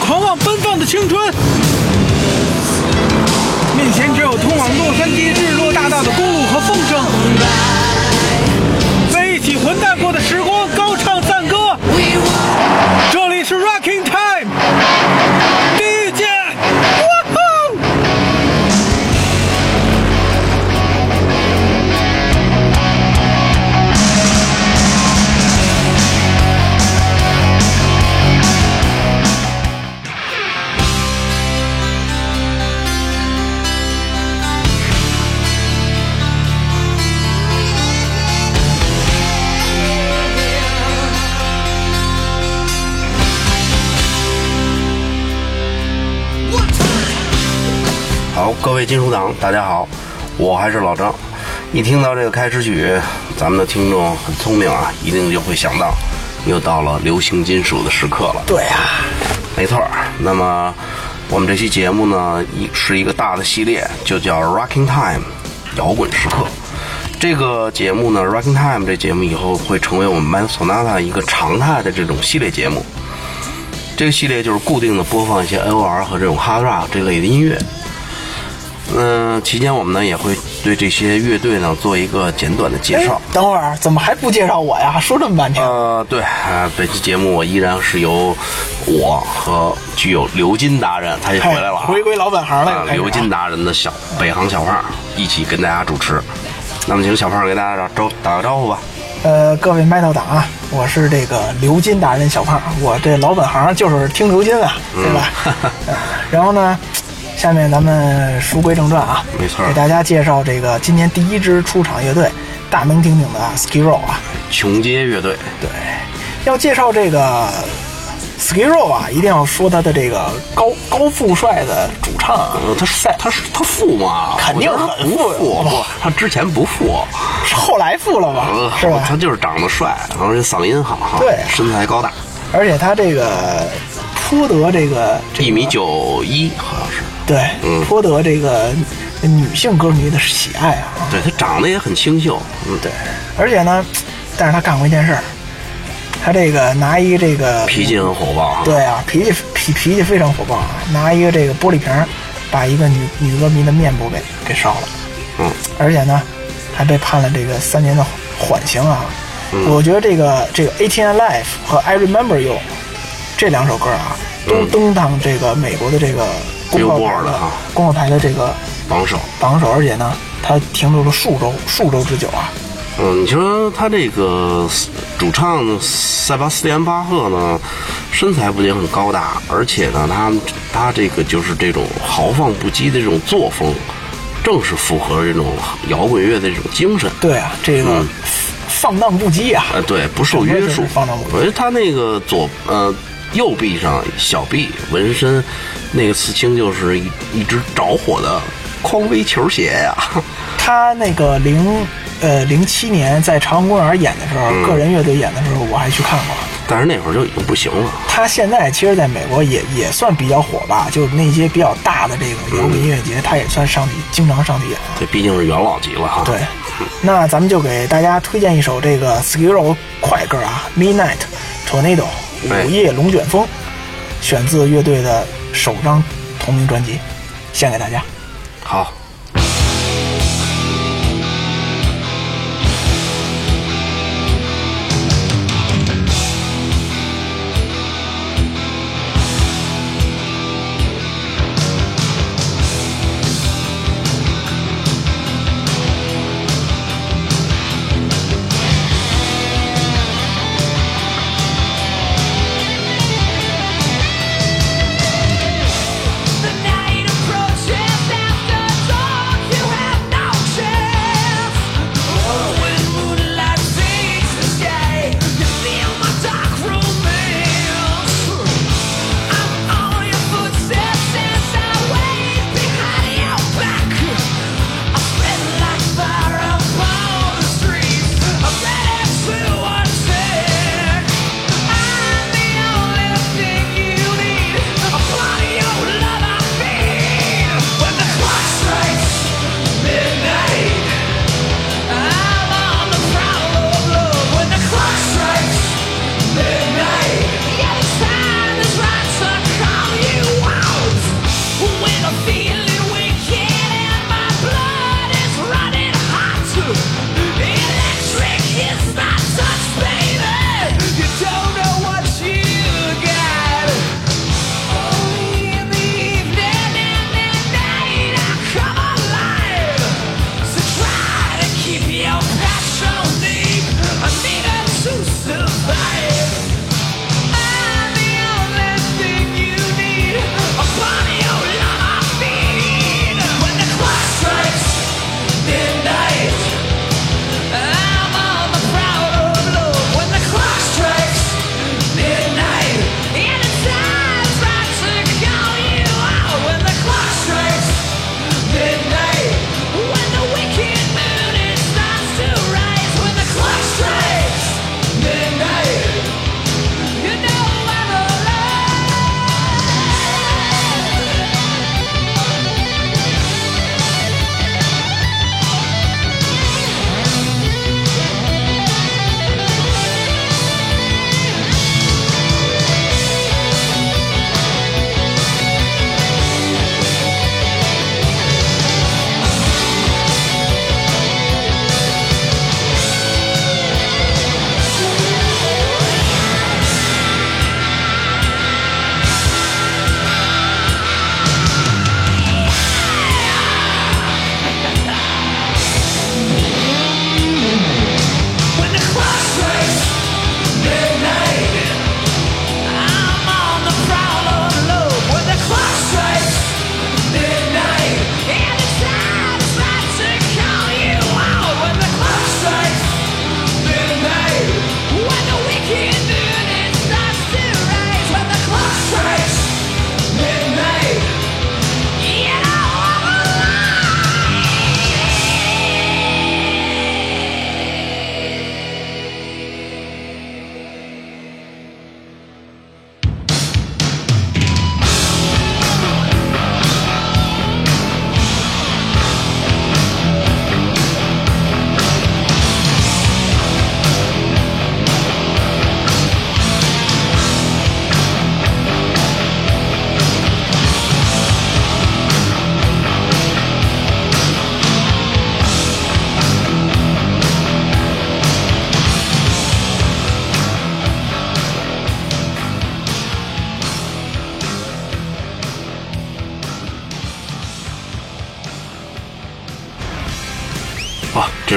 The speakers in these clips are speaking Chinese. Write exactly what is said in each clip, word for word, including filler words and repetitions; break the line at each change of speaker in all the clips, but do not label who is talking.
狂妄奔放的青春。面前只有通往洛杉矶日落大道的公路和风声。在一起混蛋过的时光，高唱赞歌。这里是 Rocking Time， 第一届。
好，各位金属党，大家好，我还是老张。一听到这个开始曲，咱们的听众很聪明啊，一定就会想到，又到了流行金属的时刻了。
对啊，
没错。那么我们这期节目呢，是一个大的系列，就叫 Rocking Time， 摇滚时刻。这个节目呢 ，Rocking Time 这节目以后会成为我们 Metal Sonata 一个常态的这种系列节目。这个系列就是固定的播放一些 L O R 和这种 Hard Rock 这类的音乐。嗯、呃，期间我们呢也会对这些乐队呢做一个简短的介绍。
等会儿怎么还不介绍我呀？说这么半天。
呃，对啊、呃，本期节目我依然是由我和具有鎏金达人，他也回来了、啊，
回归老本行了。
啊，鎏金达人的小北航小胖一起跟大家主持。那么请小胖给大家招打个招呼吧。
呃，各位麦道党啊，我是这个鎏金达人小胖，我这老本行就是听鎏金啊，对吧？嗯呃、然后呢？下面咱们书归正传啊，
没错，
给大家介绍这个今年第一支出场乐队，大名鼎鼎的 Skid Row 啊，
琼街乐队。
对，要介绍这个 Skid Row 啊，一定要说他的这个高高富帅的主唱啊，
呃、他是他是他富吗？
肯定很富，
富不？他之前不富，
是后来富了吧？
呃、
是吧？
他就是长得帅，然后这嗓音好哈，
对，
身材高大，
而且他这个颇得这个
一米九一，好像是。
对，
嗯，
颇得这个女性歌迷的喜爱啊。
对，他长得也很清秀，
嗯，对。而且呢，但是他干过一件事儿，他这个拿一个这个
脾气很火爆啊。
对啊，脾气脾脾气非常火爆啊，拿一个这个玻璃瓶，把一个女女歌迷的面部给给烧了。
嗯，
而且呢，还被判了这个三年的缓刑啊。
嗯、
我觉得这个这个 eighteen Alive 和 I Remember You 这两首歌啊，都登上这个美国的这个。公告牌的啊，公告牌的这个
榜首，
榜首，而且呢，他停留了数周，数周之久啊。
嗯，你说他这个主唱塞巴斯蒂安·巴赫呢，身材不仅很高大，而且呢，他他这个就是这种豪放不羁的这种作风，正是符合这种摇滚乐的这种精神。
对啊，这个、嗯、放荡不羁啊，
呃，对，不受约束。
放荡不羁。
我觉得他那个左呃。右臂上小臂纹身，那个刺青就是一一只着火的匡威球鞋呀。
他那个零呃零七年在朝阳公园演的时候、嗯，个人乐队演的时候，我还去看过。
但是那会儿就已经不行了。
他现在其实在美国也也算比较火吧，就是那些比较大的这个摇滚音乐节，他、嗯、也算上去，经常上去演。
对，毕竟是元老级了哈。
对，那咱们就给大家推荐一首这个 Skid Row 快歌啊 ，Midnight Tornado。午夜龙卷风，选自乐队的首张同名专辑，献给大家。
好。
The night approaches after dark.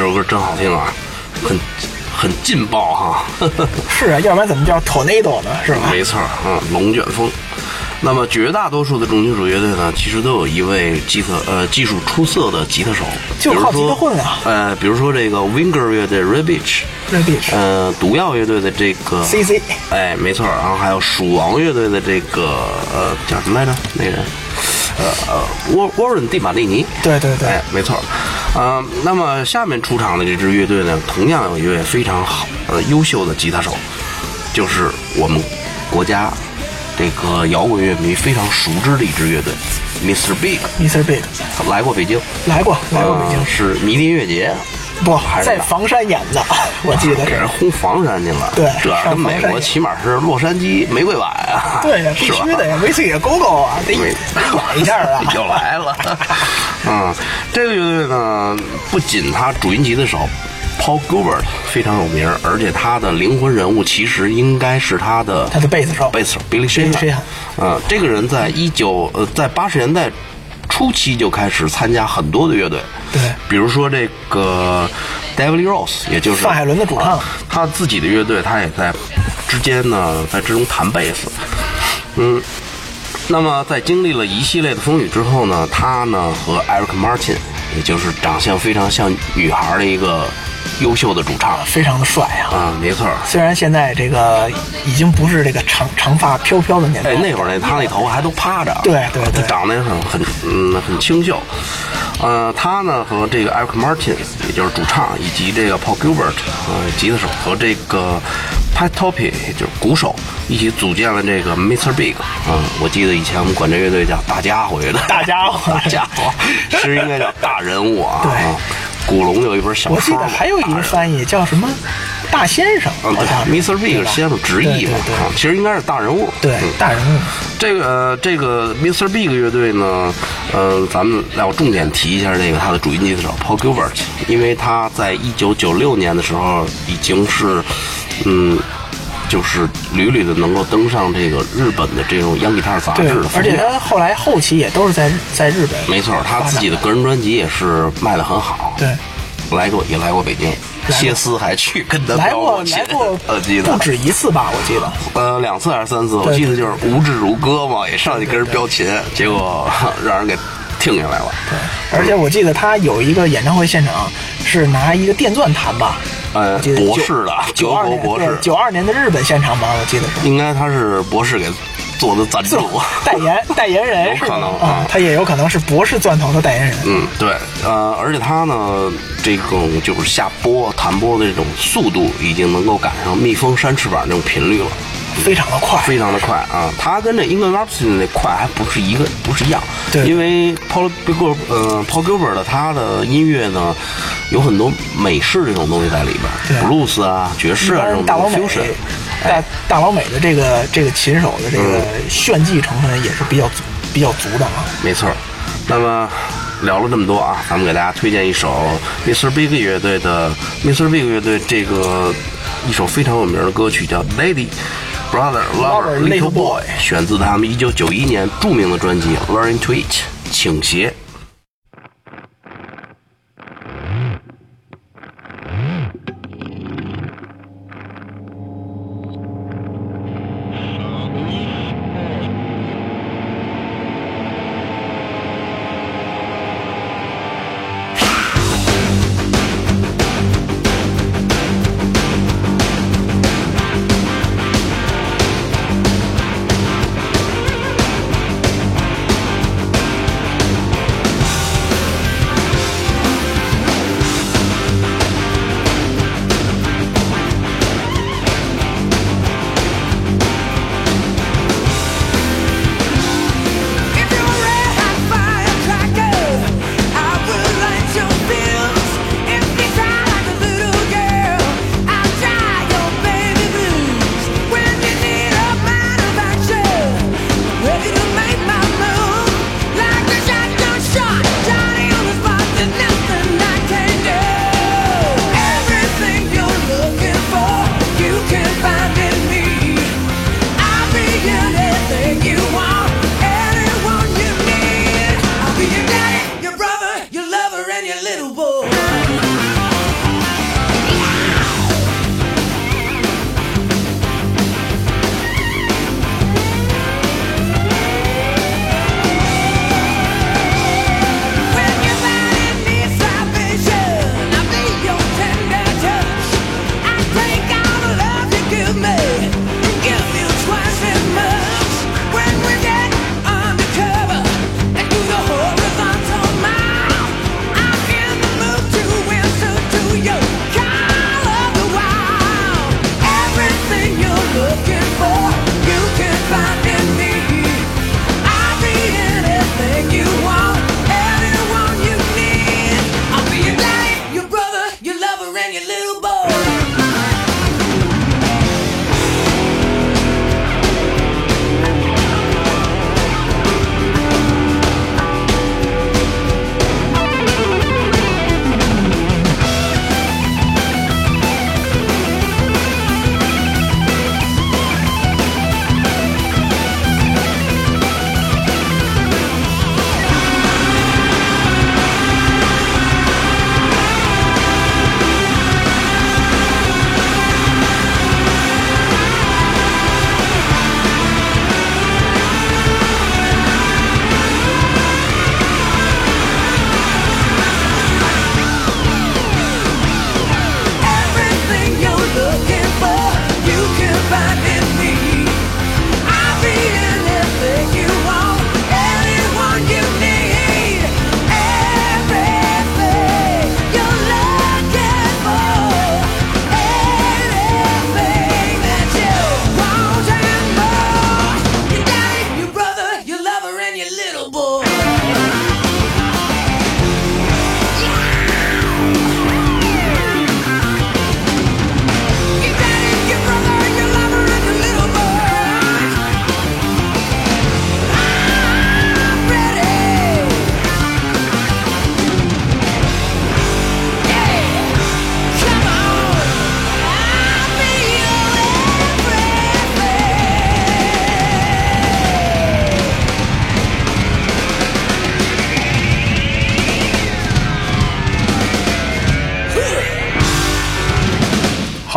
首歌真好听啊，很很劲爆哈。
是啊，要不然怎么叫 Tornado 呢？是吧？
没错，嗯，龙卷风。那么绝大多数的重金属乐队呢，其实都有一位吉他呃技术出色的吉他手，
就靠吉他混啊。
呃，比如说这个 Winger 乐队 Red Beach，Red
Beach，
呃，毒药乐队的这个
C C，
哎，没错，然后还有鼠王乐队的这个呃叫什么来着？那个呃呃沃沃伦蒂马利尼，
对对对，
哎，没错。呃，那么下面出场的这支乐队呢，同样有一位非常好呃优秀的吉他手，就是我们国家这个摇滚乐迷非常熟知的一支乐队 ，Mister Big。Mister
Big
来过北京，
来过来过北京，
呃、是迷笛音乐节。
不，在房山演的，我记得是。
给人轰房山去了。
对，
这跟美国起码是洛杉矶玫瑰碗啊。
对呀，必须的呀，威士忌狗狗啊，得演一下啊。
又来了。嗯，这个乐队呢，不仅他主音吉他手Paul Gilbert 非常有名，而且他的灵魂人物其实应该是他的
他的贝斯手，
贝斯手 Billy Sheehan。嗯，这个人在一九呃在八十年代初期就开始参加很多的乐队，
对，
比如说这个 David Lee Roth， 也就是
范海伦的主唱，
他自己的乐队，他也在之间呢，在之中弹贝斯。嗯，那么在经历了一系列的风雨之后呢，他呢和 Eric Martin， 也就是长相非常像女孩的一个优秀的主唱，
非常的帅啊！
啊、嗯，没错。虽
然现在这个已经不是这个长长发飘飘的年代，
哎，那会儿那他那头发还都趴着，
对对对，
长得也很很嗯很清秀。呃，他呢和这个 Eric Martin， 也就是主唱，以及这个 Paul Gilbert， 呃，吉他手和这个 Pat Toppy， 也就是鼓手，一起组建了这个 Mister Big。啊、呃，我记得以前我们管这乐队叫大家伙乐队，
大家伙，
大家伙，其实应该叫大人物啊。
对。
古龙有一本小说，
我记得还有一个翻译叫什么大先生，
好像 Mister Big 先生直译嘛，啊，其实应该是大人物，
对，嗯、大人物。
这个、呃、这个 Mister Big 乐队呢，呃，咱们要重点提一下这个他的主音吉他手 Paul Gilbert， 因为他在一九九六年的时候已经是，嗯。就是屡屡的能够登上这个日本的这种央吉他杂志的，
而且他后来后期也都是在在日本。
没错，他自己的个人专辑也是卖得很好。
对，
来过也来过北京，谢思还去跟他
来过来过，
我记得
不止一次吧，我记得。
呃，两次还是三次？我记得就是无志如歌嘛，也上去跟人飙琴，结果让人给听下来了。
对，而且我记得他有一个演唱会现场是拿一个电钻弹吧。
呃，博士的
九二年
博士，
九二年的日本现场吧，我记得是。
应该他是博士给做的赞助，
代言代言人
有可能
啊、嗯，他也有可能是博士钻头的代言人。
嗯，对，呃，而且他呢，这种就是下拨弹拨的这种速度，已经能够赶上蜜蜂扇翅膀这种频率了。
非常的快，
非常的快啊！他跟这 Ingrid Robinson 那快还不是一个，不是一样。
对，
因为 Paul Gilbert 呃 Paul Gilbert 的他的音乐呢，有很多美式这种东西在里边，布鲁斯啊、爵士啊这种
大老美
fusion。
大大老美的这个这个琴手的这个炫技成分也是比较比较足的啊。
没错。那么聊了这么多啊，咱们给大家推荐一首 Mister Big 乐队的 Mister Big 乐队这个一首非常有名的歌曲，叫 Lady。Brother, Lover, Little Boy， 选自他们一九九一年著名的专辑《Learning to Eat》，倾斜。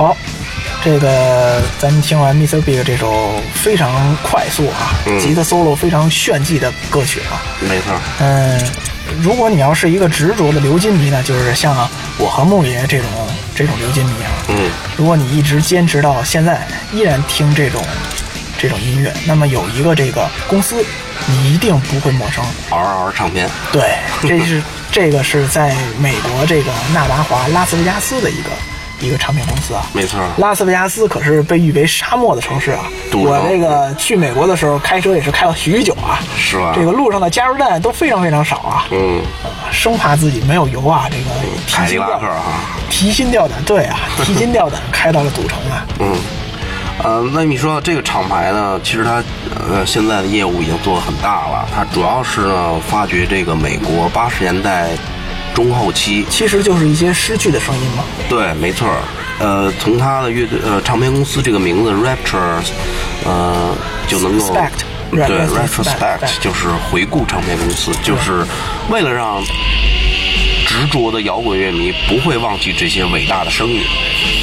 好，这个咱们听完 mister Big 这首非常快速啊，
嗯、
吉他 solo 非常炫技的歌曲啊，
没错。
嗯，如果你要是一个执着的流金迷呢，就是像我和木爷这种这种流金迷啊，
嗯，
如果你一直坚持到现在，依然听这种这种音乐，那么有一个这个公司，你一定不会陌生。
R R 唱片，
对，这是这个是在美国这个纳达华拉斯维加斯的一个一个唱片公司啊，
没错。
拉斯维加斯可是被誉为沙漠的城市啊。我这个去美国的时候开车也是开了许久啊，
是吧？
这个路上的加油站都非常非常少啊，
嗯，
呃、生怕自己没有油啊，这个
凯迪拉克啊，
提心吊胆，对啊，提心吊胆开到了赌城啊，
嗯。呃，那你说这个厂牌呢？其实它呃现在的业务已经做得很大了。它主要是呢发掘这个美国八十年代中后期，
其实就是一些失去的声音嘛。
对，没错。呃，从它的乐队呃唱片公司这个名字 Rapture， 呃就能够
Spect,
对
Retrospect
就是回顾唱片公司，就是为了让执着的摇滚乐迷不会忘记这些伟大的声音。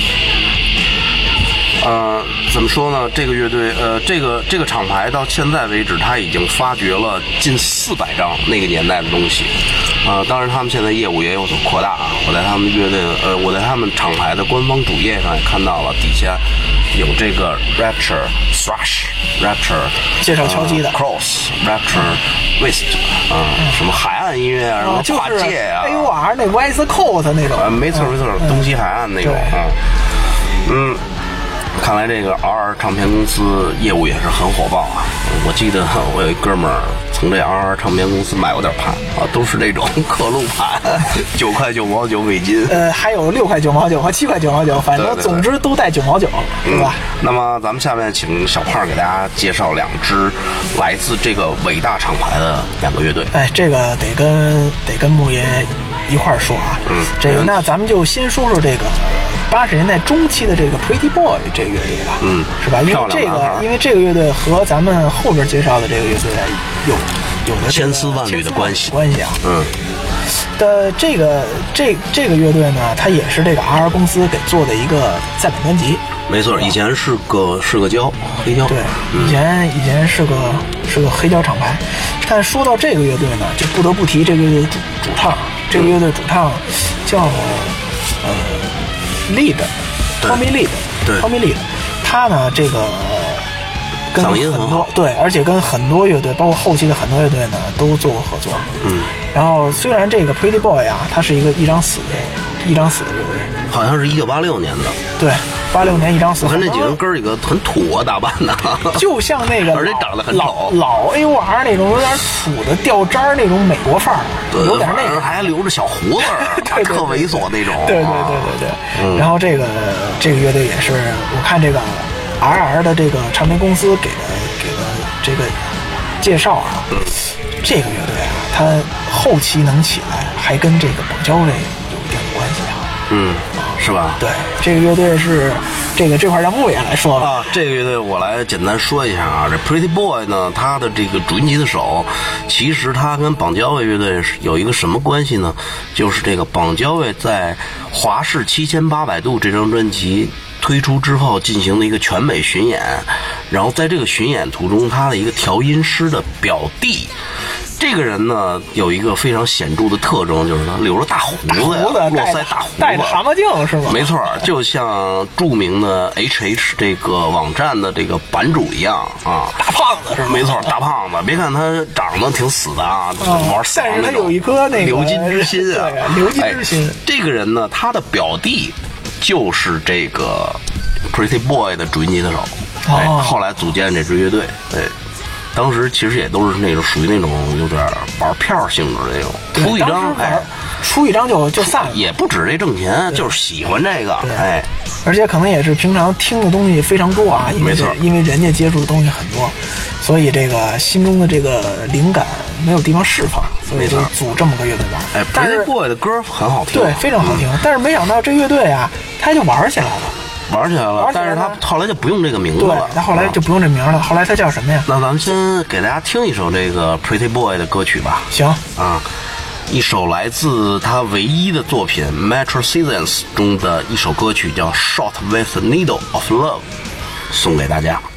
呃，怎么说呢？这个乐队，呃，这个这个厂牌到现在为止，它已经发掘了近四百张那个年代的东西。呃，当然他们现在业务也有所扩大啊。我在他们乐队，呃，我在他们厂牌的官方主页上也看到了，底下有这个 Rapture Thrash、Rapture
介绍敲击的、
呃、Cross、Rapture West 啊、呃，什么海岸音乐啊，什么跨界啊
，A O R 那 West Coast 那种，
呃，没错没错，
嗯、
东西海岸那种啊，嗯。看来这个 R R 唱片公司业务也是很火爆啊！我记得我有一哥们儿从这 R R 唱片公司买过点盘啊，都是那种刻录盘，九块九毛九美金。
呃，还有六块九毛九和七块九毛九，反正总之都带九毛九，是吧、
嗯？那么咱们下面请小胖给大家介绍两支来自这个伟大厂牌的两个乐队。
哎，这个得跟得跟木爷一块儿说啊。
嗯，
这个那咱们就先说说这个。八十年代中期的这个 Pretty Boy 这个乐队吧，
嗯，
是吧？因为这个，因为这个乐队和咱们后边介绍的这个乐队有有的
千丝万缕的关系
关系啊。
嗯，
的这个这这个乐队呢，它也是这个 R R 公司给做的一个再版专辑。
没错，以前是个是个胶黑胶，
对，以前、嗯、以前是个是个黑胶厂牌。但说到这个乐队呢，就不得不提这个乐队主主唱，这个乐队主唱叫呃。Lead Tommy Lead Tommy Lead 他呢这个跟
嗓音很好，
对，而且跟很多乐队包括后期的很多乐队呢都做过合作。
嗯，
然后虽然这个 Pretty Boy 啊他是一个一张死的一张死的乐队，
好像是一九八六年的，
对，八六年一张死。
我看那几个人哥几个很土啊，打扮的，
就像那个
而且长得很
老老 A O R 那种有点土的掉渣儿那种美国范儿，
对，
有点那个，
还留着小胡子，
对，
特猥琐那种。
对对对对对。
嗯、
然后这个这个乐队也是，我看这个 R R 的这个唱片公司给的给的这个介绍啊，
嗯、
这个乐队啊，它后期能起来，还跟这个绑交位有一定的关系啊。
嗯，是吧？
对，这个乐队是这个这块让木爷来说了
啊。这个乐队我来简单说一下啊。这 Pretty Boy 呢，他的这个主音吉他手，其实他跟绑交位乐队有一个什么关系呢？就是这个绑交位在华视七千八百度这张专辑推出之后进行了一个全美巡演，然后在这个巡演途中，他的一个调音师的表弟。这个人呢有一个非常显著的特征，就是他留着大胡子呀，络腮大胡子，
戴着蛤蟆镜是吗？
没错，就像著名的 H H 这个网站的这个版主一样啊，
大胖子是吗？
没错，大胖子。别看他长得挺死的啊，玩死
但是他有一颗那个
鎏金之心啊，
对，鎏金之心、哎。
这个人呢，他的表弟就是这个 Pretty Boy 的主音吉他手，
哦、
哎，后来组建这支乐队，对。当时其实也都是那种属于那种有点玩票性质的那种，出一张哎，
出一张就就散了，
也不止这挣钱，就是喜欢这个，哎，
而且可能也是平常听的东西非常多啊，因为
没错，
因为人家接触的东西很多，所以这个心中的这个灵感没有地方释放，所以就组这么个乐队玩。
哎 ，Pretty Boy 的歌很好听，
对，非常好听，嗯、但是没想到这乐队啊，他就玩起来了。
玩起来了，但是他后来就不用这个名字了。
对，他后来就不用这名了。后来他叫什么呀？
那咱们先给大家听一首这个 Pretty Boy 的歌曲吧。
行
啊， 一首来自他唯一的作品《Metro Seasons》中的一首歌曲，叫《Shot with the Needle of Love》，送给大家。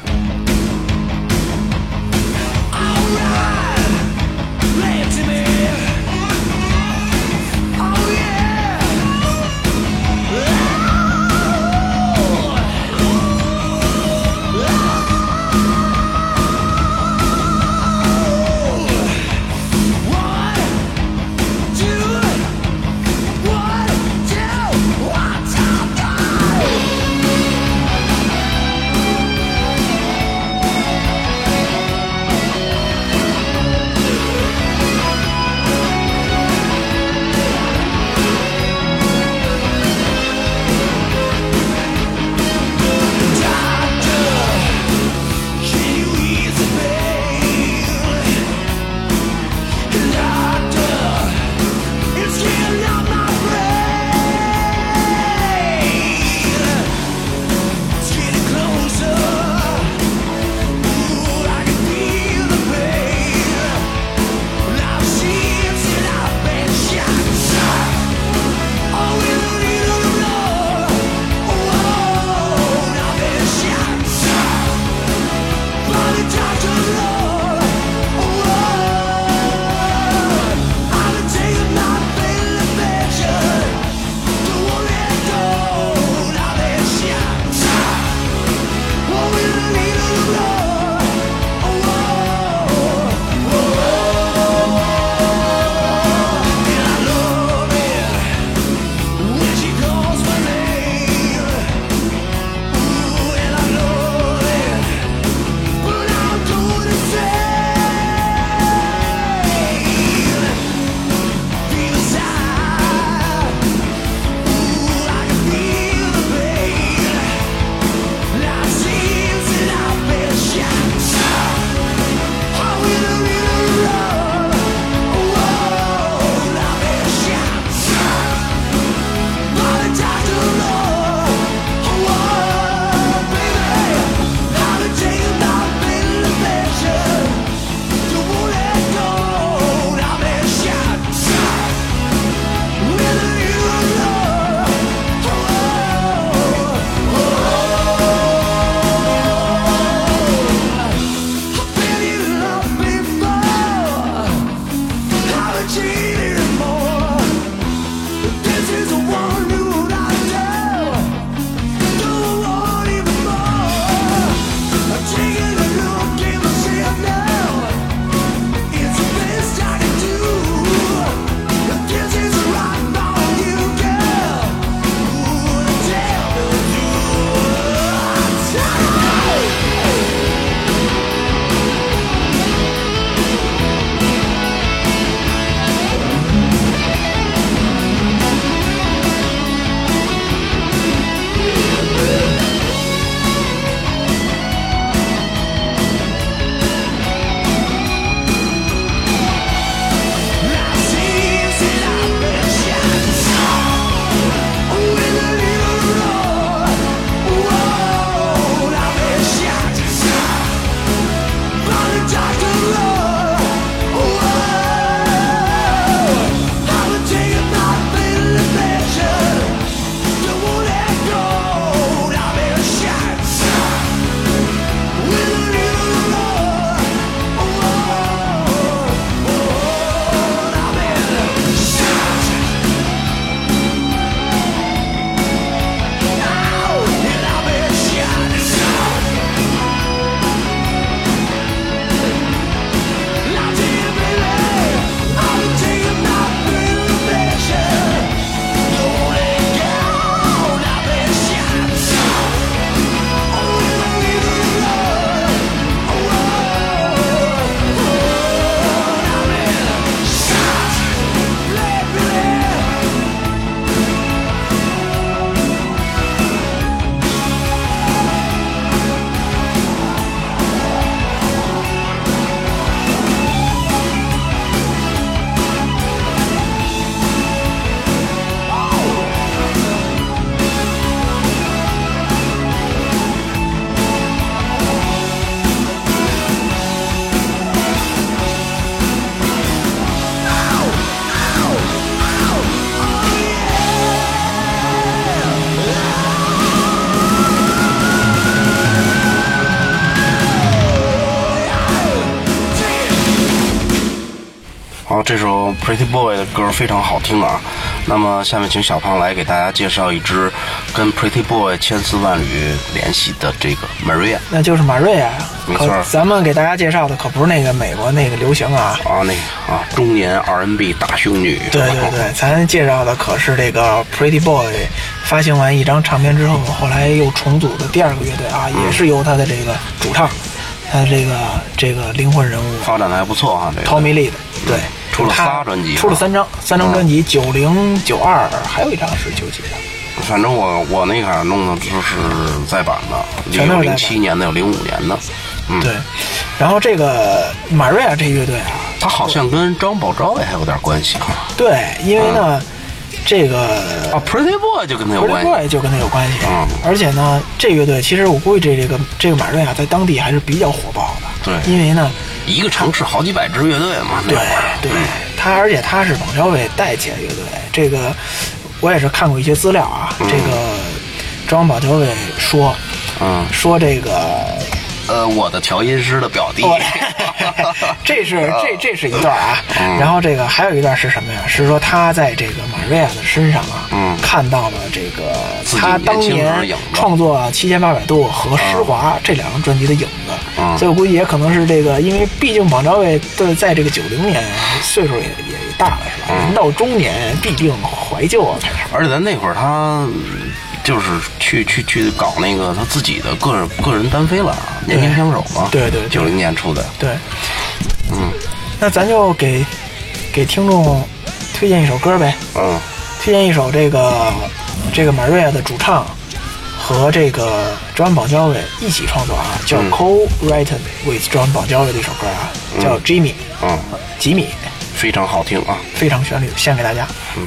后这首 Pretty Boy 的歌非常好听啊。那么下面请小胖来给大家介绍一支跟 Pretty Boy 千丝万缕联系的这个 Maria。
那就是马瑞亚呀，
没错。
咱们给大家介绍的可不是那个美国那个流行啊，
啊那个啊中年 R and B 大胸女。
对对对，咱介绍的可是这个 Pretty Boy 发行完一张唱片之后，后来又重组的第二个乐队啊，嗯、也是由他的这个主唱。他这个这个灵魂人物
发展的还不错哈、啊，这个
Tommy Lee 的，对，
出了仨专辑，
出了三张，三张专辑，九零九二，还有一张是九几的。
反正我我那卡弄的就是再版的，有零七年的，有零五年的，嗯，
对。然后这个马瑞亚这乐队啊，
他好像跟张宝昭也还有点关系哈。
对，因为呢。嗯这个
啊 ，Pretty Boy 就跟他有关系
，Pretty Boy 就跟他有关系。
嗯，
而且呢，这乐队其实我估计这这个这个马瑞亚在当地还是比较火爆的。
对，
因为呢，
一个城市好几百支乐队嘛。
对对，他而且他是王家卫带起来乐队。这个我也是看过一些资料啊。嗯、这个张宝乔伟说，
嗯，
说这个。
呃，我的调音师的表弟，
这是这这是一段啊、嗯，然后这个还有一段是什么呀？是说他在这个马瑞亚的身上啊，
嗯，
看到了这个他当年创作《七千八百度》和《施华》这两张专辑的影子，
嗯，
所以我估计也可能是这个，因为毕竟王家卫的在这个九零年岁数也也大了，是吧？人、嗯、到中年必定怀旧啊，才是。
而且在那会儿他。就是去去去搞那个他自己的个人个人单飞了，年轻枪手嘛，
对对，
九零年出的，
对，
嗯，
那咱就给给听众推荐一首歌呗，
嗯，
推荐一首这个这个马瑞亚的主唱和这个 John Bon Jovi 一起创作啊，叫 Co-written with John Bon Jovi 的一首歌啊，叫 Jimmy，
嗯，
吉米，
非常好听啊，
非常旋律，献给大家，
嗯。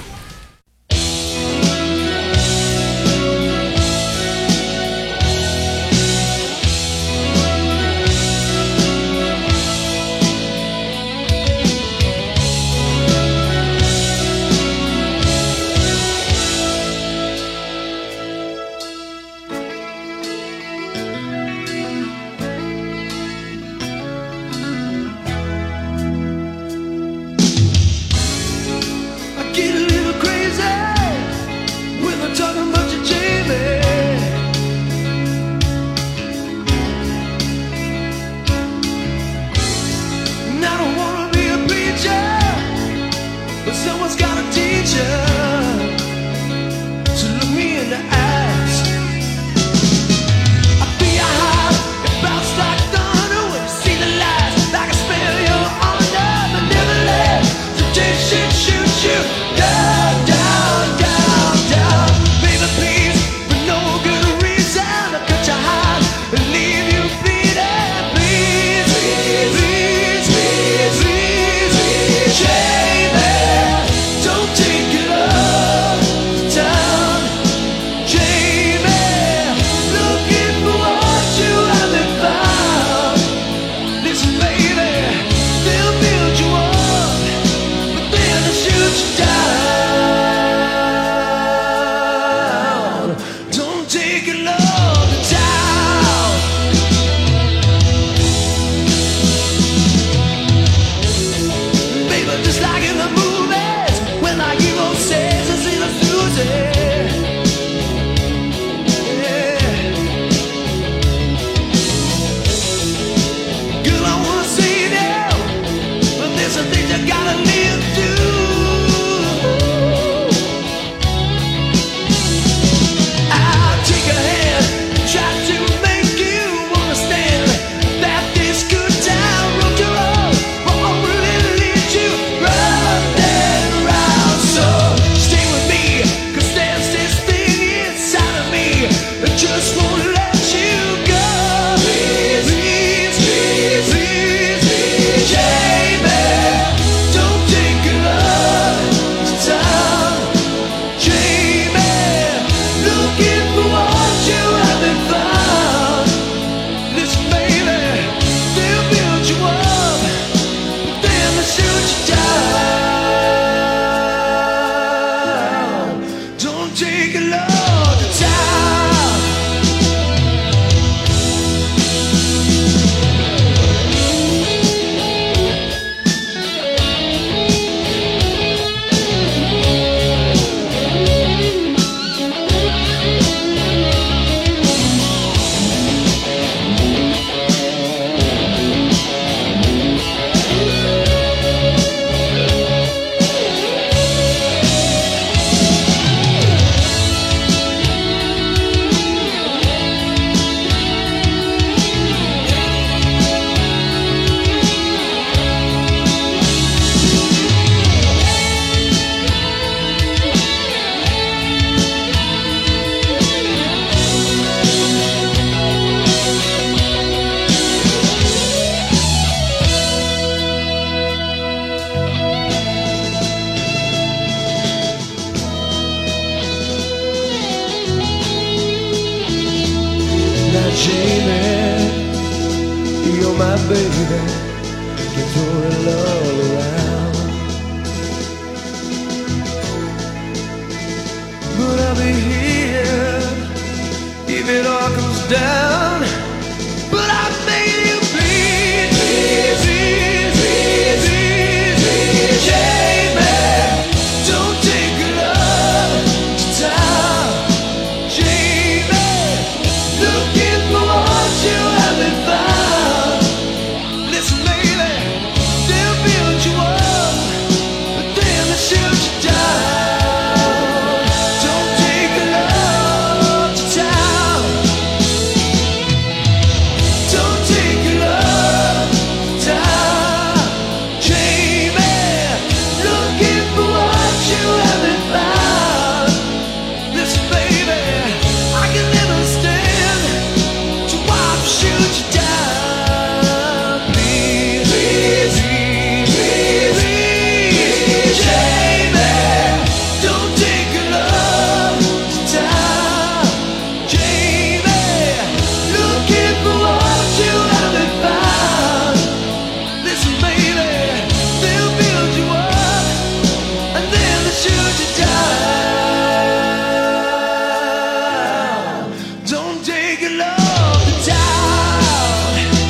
Get a little you're my baby, can throw it all around. But I'll be here if it all comes down. But I made you bleed, bleed, bleed, bleed, bleed, bleed. Jamie, don't take love to town. Jamie, looking for what you haven't found. Listen, lady, they'll build you up, but then they'll shoot you down. Don't take love to town. Don't take love to town. Jamie, looking for what you haven't found. Listen, baby, I can never stand to watch them shoot you down. Please, please, please, please, Jamie, don't take love to town. Jamie, looking for what you haven't found. Listen, baby, they'll build you up and then they'll shoot you down. Don't take love to town.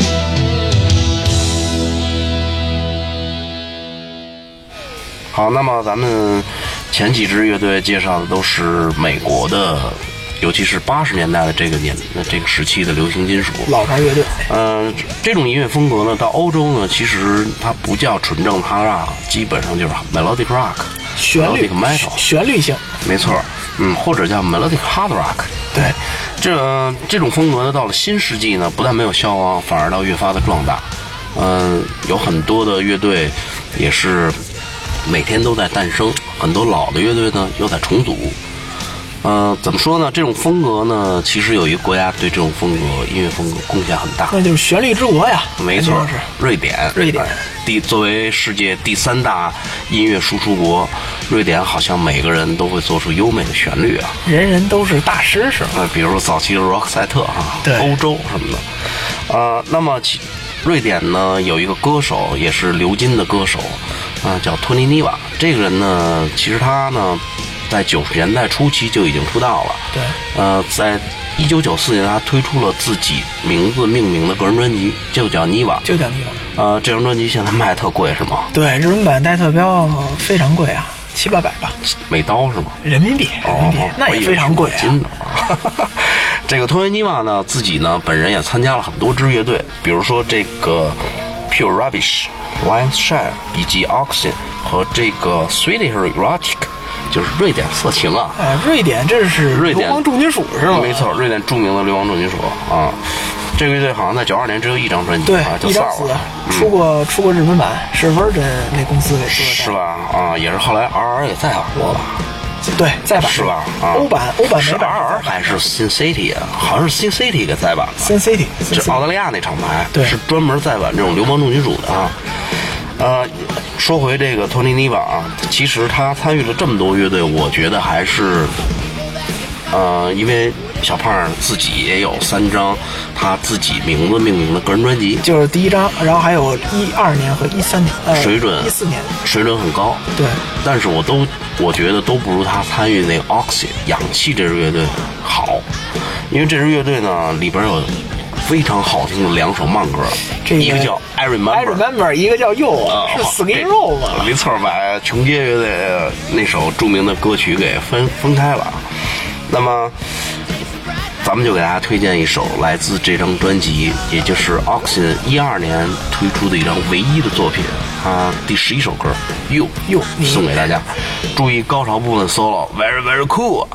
好，那么咱们前几支乐队介绍的都是美国的，尤其是八十年代的这个年这个时期的流行金属。
老牌乐队，
呃，这种音乐风格呢，到欧洲呢，其实它不叫纯正 hard rock，基本上就是 melodic rock，
旋律
melodic metal，
旋律性，
没错，嗯，或者叫 melodic hard rock。
对，
这这种风格呢，到了新世纪呢，不但没有消亡，反而倒越发的壮大。嗯、有很多的乐队也是每天都在诞生，很多老的乐队呢又在重组。呃，怎么说呢？这种风格呢，其实有一个国家对这种风格音乐风格贡献很大，
那就是旋律之国呀，
没错
那就是，
瑞典。
瑞典
第作为世界第三大音乐输出国，瑞典好像每个人都会做出优美的旋律啊。
人人都是大师是吗？
呃，比如早期的罗克赛特啊，
对
欧洲什么的。呃，那么其瑞典呢有一个歌手，也是流金的歌手，啊、叫托尼尼瓦。这个人呢，其实他呢，在九十年代初期就已经出道了。
对，
呃，在一九九四年，他推出了自己名字命名的个人专辑，就叫尼瓦。
就叫尼瓦。
呃，这张专辑现在卖特贵是吗？
对，日文版带特标非常贵啊，七八百吧，
每刀是吗？
人民币，人民币、
哦，
那也非常贵啊。
金的。这个托尼尼瓦呢，自己呢本人也参加了很多支乐队，比如说这个 Pure Rubbish、Lions Share 以及 Oxen 和这个 Swedish Erotic， 就是瑞典色情啊。
呃，瑞典这是
瑞典
流氓重金属是吗？
没错，瑞典著名的流氓重金属啊。这个乐队好像在九二年只有一张专辑，
对，
啊，就
一张死
散了。
出过出过日本版，是 Virgin 那公司给做的，
是吧？啊，也是后来 R R 也再版过吧？
对，再版
是吧？啊，
欧版欧版
是
美版
R R 还是 Sin City 啊？好像是 Sin City 给再版的。
Sin City，
是澳大利亚那厂牌，
对
是专门再版这种流氓重金属的啊。呃，说回这个托尼尼瓦啊，其实他参与了这么多乐队，我觉得还是，呃，因为小胖自己也有三张他自己名字命名的个人专辑，
就是第一张，然后还有一二年和一三年，呃，
水准
一四年，
水准很高。
对，
但是我都我觉得都不如他参与那个 Oxy 氧气这支乐队好，因为这支乐队呢里边有非常好听的两首慢歌，
这个
一个叫 I Remember，
I Remember， 一个叫 You，、
啊，
是
好
Skid Row 嘛？
没错，把琼街乐队那首著名的歌曲给分分开了。那么，咱们就给大家推荐一首来自这张专辑，也就是 Oxen 一二年推出的一张唯一的作品啊，第十一首歌 You
You，你
送给大家。注意高潮部分 solo very very cool。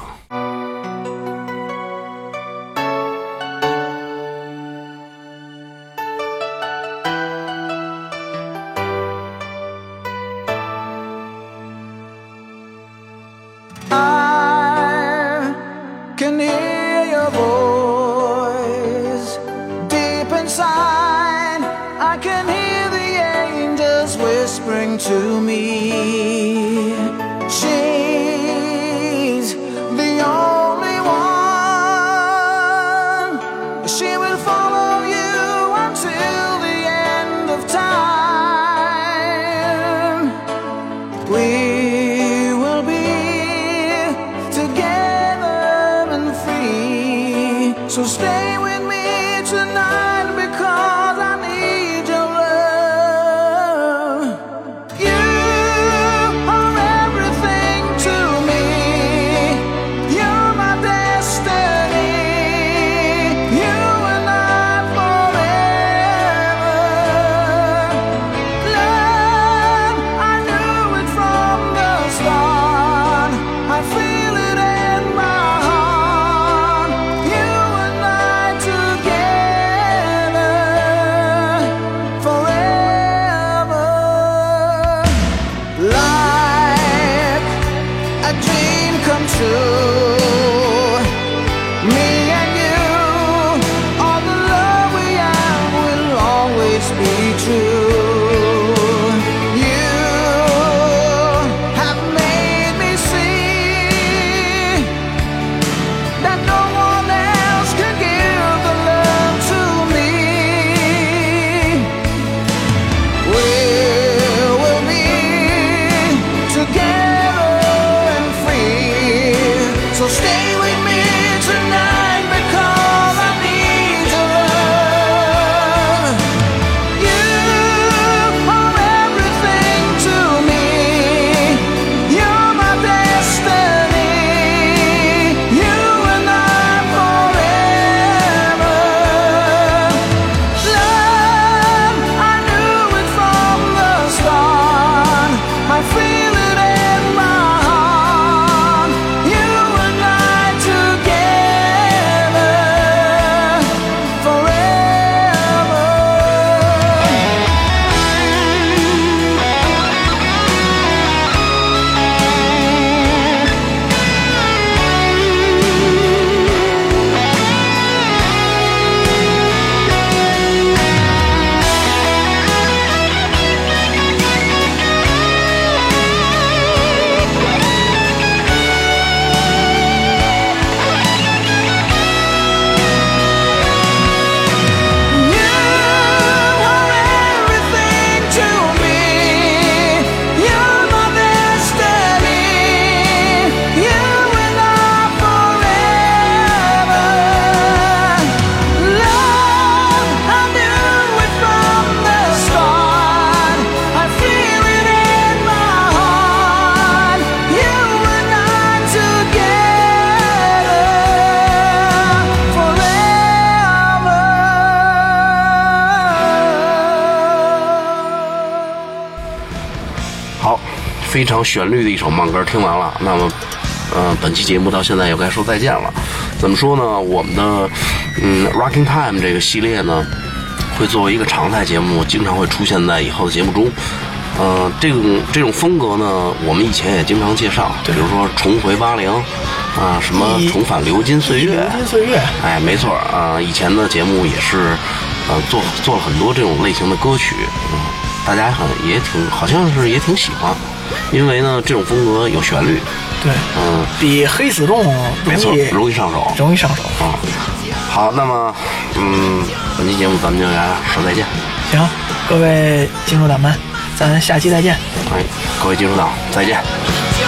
I can hear your voice deep inside. I can hear the angels whispering to me. She's the only one. She will follow you until the So stay with me tonight because I need your love. You are everything to me. You're my destiny. You and I forever. Love, I knew it from the start. I feel it in my heart. You and I together forever. Like a dream come true. Me and you, all the love we have will always be true. You have made me see that no one else can give the love to me. We will be together and free. So stay with me tonight because I need your love. You are everything to me. You're my destiny. You and I forever. Love, I knew it from the start. I feel it in my heart. You and I together forever. You are everything to me. You're my destiny. You and I forever. Love, I knew it from the start. I feel it in my heart. You and I together forever.
好，非常旋律的一首慢歌听完了，那么，呃，本期节目到现在又该说再见了。怎么说呢？我们的嗯 Rocking Time 这个系列呢，会作为一个常态节目，经常会出现在以后的节目中。呃，这种这种风格呢，我们以前也经常介绍，比如说重回八零啊，什么
一
重返流金岁月，
流金岁月，
哎，没错啊、以前的节目也是，呃，做做了很多这种类型的歌曲，嗯，大家很也挺，好像是也挺喜欢，因为呢，这种风格有旋律，
对，
嗯，
比黑死重
没错
容易，
容易上手，
容易上手。
啊。好，那么，嗯，本期节目咱们就给大家说再见，
行，各位金属党们，咱下期再见。
哎，各位金属党再见。